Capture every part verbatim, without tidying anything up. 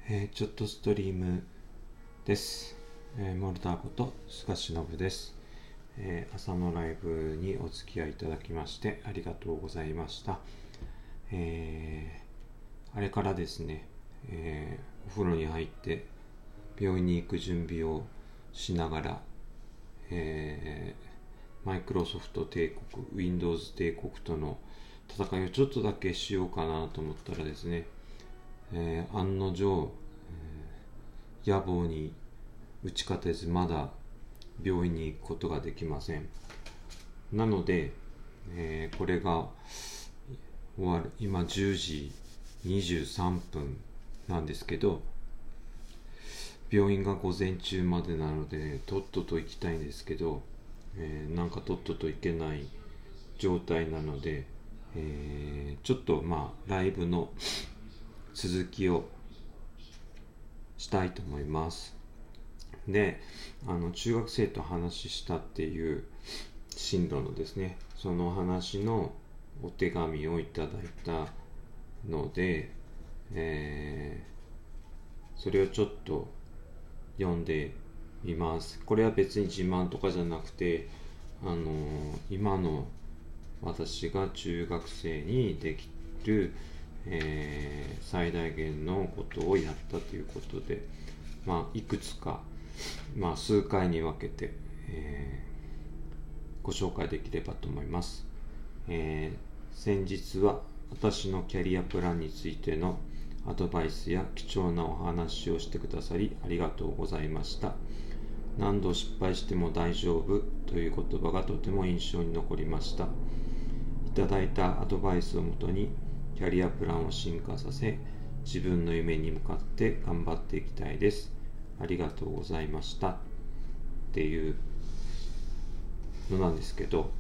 えー、ちょっとストリームです。えー、モルターこと菅忍です、えー。朝のライブにお付き合いいただきましてありがとうございました。えー、あれからですね、えー、お風呂に入って病院に行く準備をしながら、えー、マイクロソフト帝国、Windows 帝国との戦いをちょっとだけしようかなと思ったらですね、えー、案の定、えー、野望に打ち勝てずまだ病院に行くことができません。なので、えー、これが終わる今じゅうじにじゅうさんぷんなんですけど、病院が午前中までなのでとっとと行きたいんですけど、えー、なんかとっとと行けない状態なので、えー、ちょっとまあライブの続きをしたいと思います。で、あの中学生と話したっていう進路のですね、その話のお手紙をいただいたので、えー、それをちょっと読んでみます。これは別に自慢とかじゃなくて、あのー、今の私が中学生にできる、えー、最大限のことをやったということで、まあ、いくつか、まあ、数回に分けて、えー、ご紹介できればと思います。えー、先日は私のキャリアプランについてのアドバイスや貴重なお話をしてくださりありがとうございました。何度失敗しても大丈夫という言葉がとても印象に残りました。いただいたアドバイスをもとにキャリアプランを進化させ、自分の夢に向かって頑張っていきたいです。ありがとうございましたっていうのなんですけど、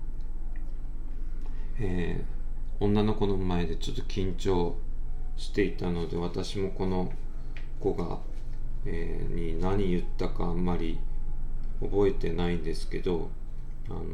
えー、女の子の前でちょっと緊張していたので、私もこの子が、えー、に何言ったかあんまり覚えてないんですけど、あのー、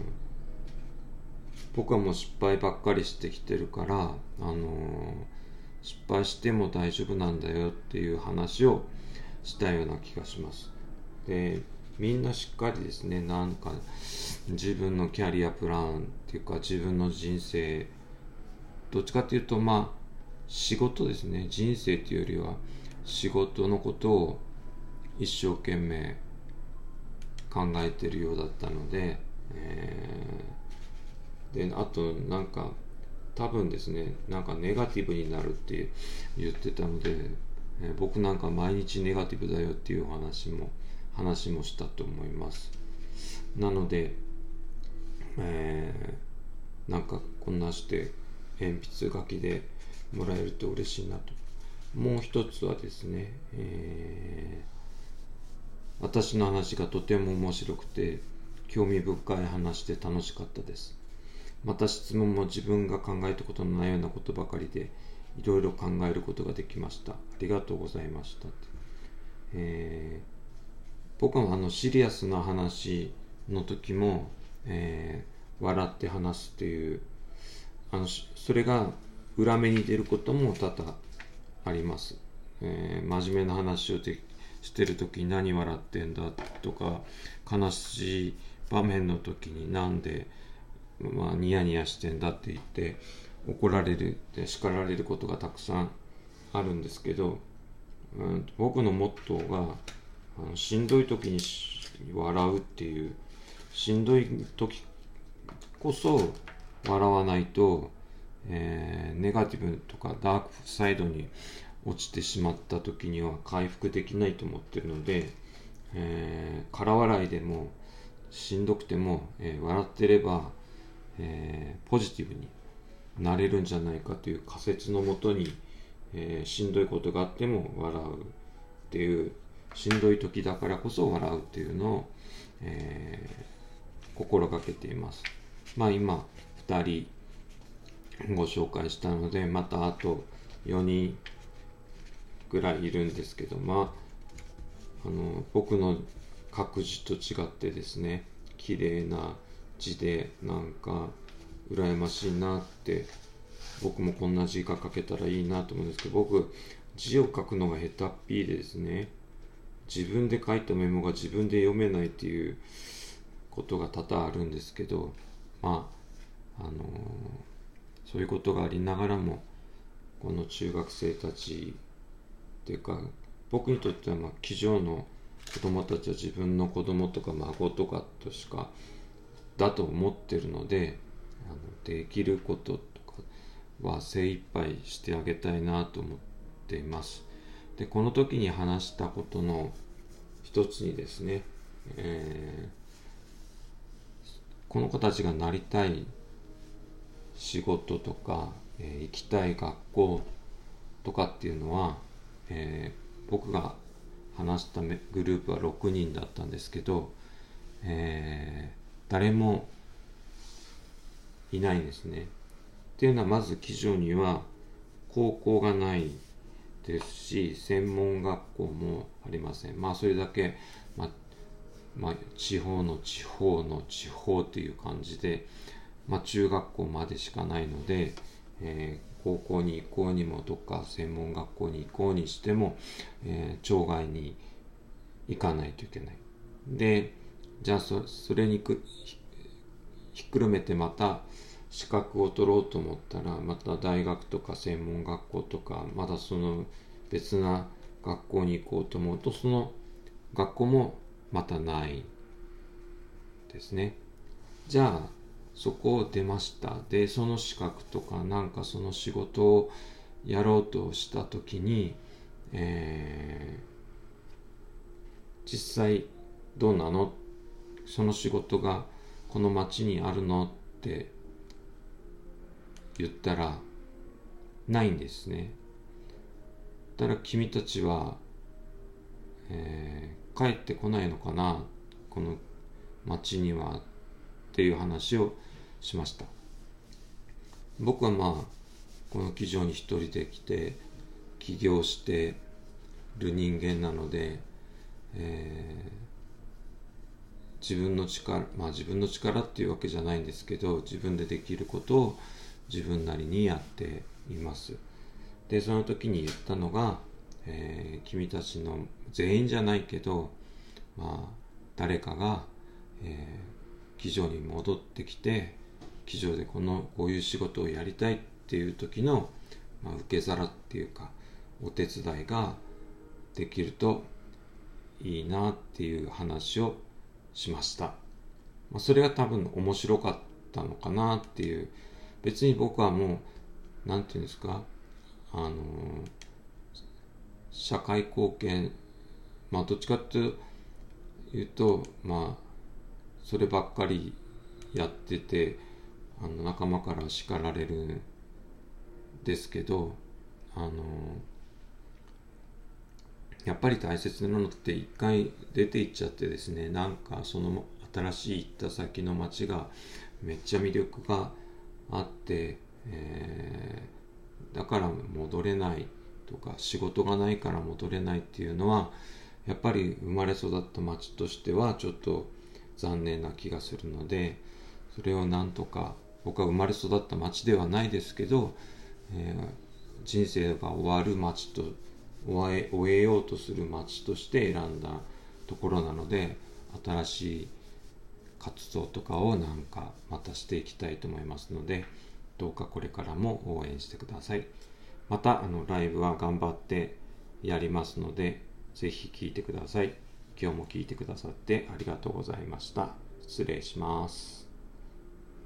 僕はもう失敗ばっかりしてきてるから、あのー、失敗しても大丈夫なんだよっていう話をしたような気がします。で、みんなしっかりですね、なんか自分のキャリアプランっていうか自分の人生、どっちかっていうとまあ仕事ですね、人生っていうよりは仕事のことを一生懸命考えてるようだったので、えー、であとなんか多分ですね、なんかネガティブになるって言ってたので、えー、僕なんか毎日ネガティブだよっていう話も話もしたと思います。なので、えー、なんかこんなして鉛筆書きでもらえると嬉しいなと。もう一つはですね、えー、私の話がとても面白くて興味深い話で楽しかったです。また質問も自分が考えたことのないようなことばかりでいろいろ考えることができました。ありがとうございました。えー、僕はあのシリアスな話の時も、えー、笑って話すっていうあのそれが裏目に出ることも多々あります。えー、真面目な話をしてる時に何笑ってんだとか、悲しい場面の時になんでまあ、ニヤニヤしてんだって言って怒られるって叱られることがたくさんあるんですけど、うん、僕のモットーがあのしんどい時に笑うっていう、しんどい時こそ笑わないと、えー、ネガティブとかダークサイドに落ちてしまった時には回復できないと思ってるので、えー、空笑いでもしんどくても、えー、笑ってればえー、ポジティブになれるんじゃないかという仮説のもとに、えー、しんどいことがあっても笑うっていう、しんどい時だからこそ笑うっていうのを、えー、心がけています。まあ今ふたりご紹介したので、またあとよにんぐらいいるんですけど、まあ、あの僕の書く字と違ってですね、綺麗な字でなんか羨ましいなって、僕もこんな字が書けたらいいなと思うんですけど、僕字を書くのが下手っぴでですね、自分で書いたメモが自分で読めないっていうことが多々あるんですけど、まああのー、そういうことがありながらも、この中学生たちっていうか、僕にとってはまあ机上の子供たちは自分の子供とか孫とかとしかだと思ってるので、あのできることとかは精一杯してあげたいなと思っています。で、この時に話したことの一つにですね、えー、この子たちがなりたい仕事とか、えー、行きたい学校とかっていうのは、えー、僕が話したグループはろくにんだったんですけど、えー、誰もいないんですね。っていうのは、まず基準には高校がないですし、専門学校もありません。まあそれだけ、まあまあ、地方の地方の地方という感じで、まあ、中学校までしかないので、えー、高校に行こうにもどっか専門学校に行こうにしても、えー、町外に行かないといけない。で、じゃあ そ, それにくひっくるめてまた資格を取ろうと思ったら、また大学とか専門学校とか、まだその別な学校に行こうと思うと、その学校もまたないですね。じゃあそこを出ました。で、その資格とかなんかその仕事をやろうとしたときに、えー、実際どうなの？その仕事がこの町にあるのって言ったらないんですね。だから君たちは、えー、帰ってこないのかな、この町にはっていう話をしました。僕はまあこの机上に一人で来て起業してる人間なので、えー、自分の力まあ自分の力っていうわけじゃないんですけど、自分でできることを自分なりにやっています。で、その時に言ったのが、えー、君たちの全員じゃないけど、まあ誰かが、えー、机上に戻ってきて、机上でこのこういう仕事をやりたいっていう時の、まあ、受け皿っていうかお手伝いができるといいなっていう話をしました。まあ、それが多分面白かったのかなっていう。別に僕はもうなんていうんですか、あのー、社会貢献、まあどっちかっていうと、まあそればっかりやってて、あの仲間から叱られるんですけど、あのー、やっぱり大切なのって一回出て行っちゃってですね、なんかその新しい行った先の街がめっちゃ魅力があって、えー、だから戻れないとか仕事がないから戻れないっていうのは、やっぱり生まれ育った町としてはちょっと残念な気がするので、それをなんとか、僕は生まれ育った町ではないですけど、えー、人生が終わる町と終え、終えようとする町として選んだところなので、新しい活動とかをなんかまたしていきたいと思いますので、どうかこれからも応援してください。またあのライブは頑張ってやりますので、ぜひ聞いてください。今日も聞いてくださってありがとうございました。失礼します。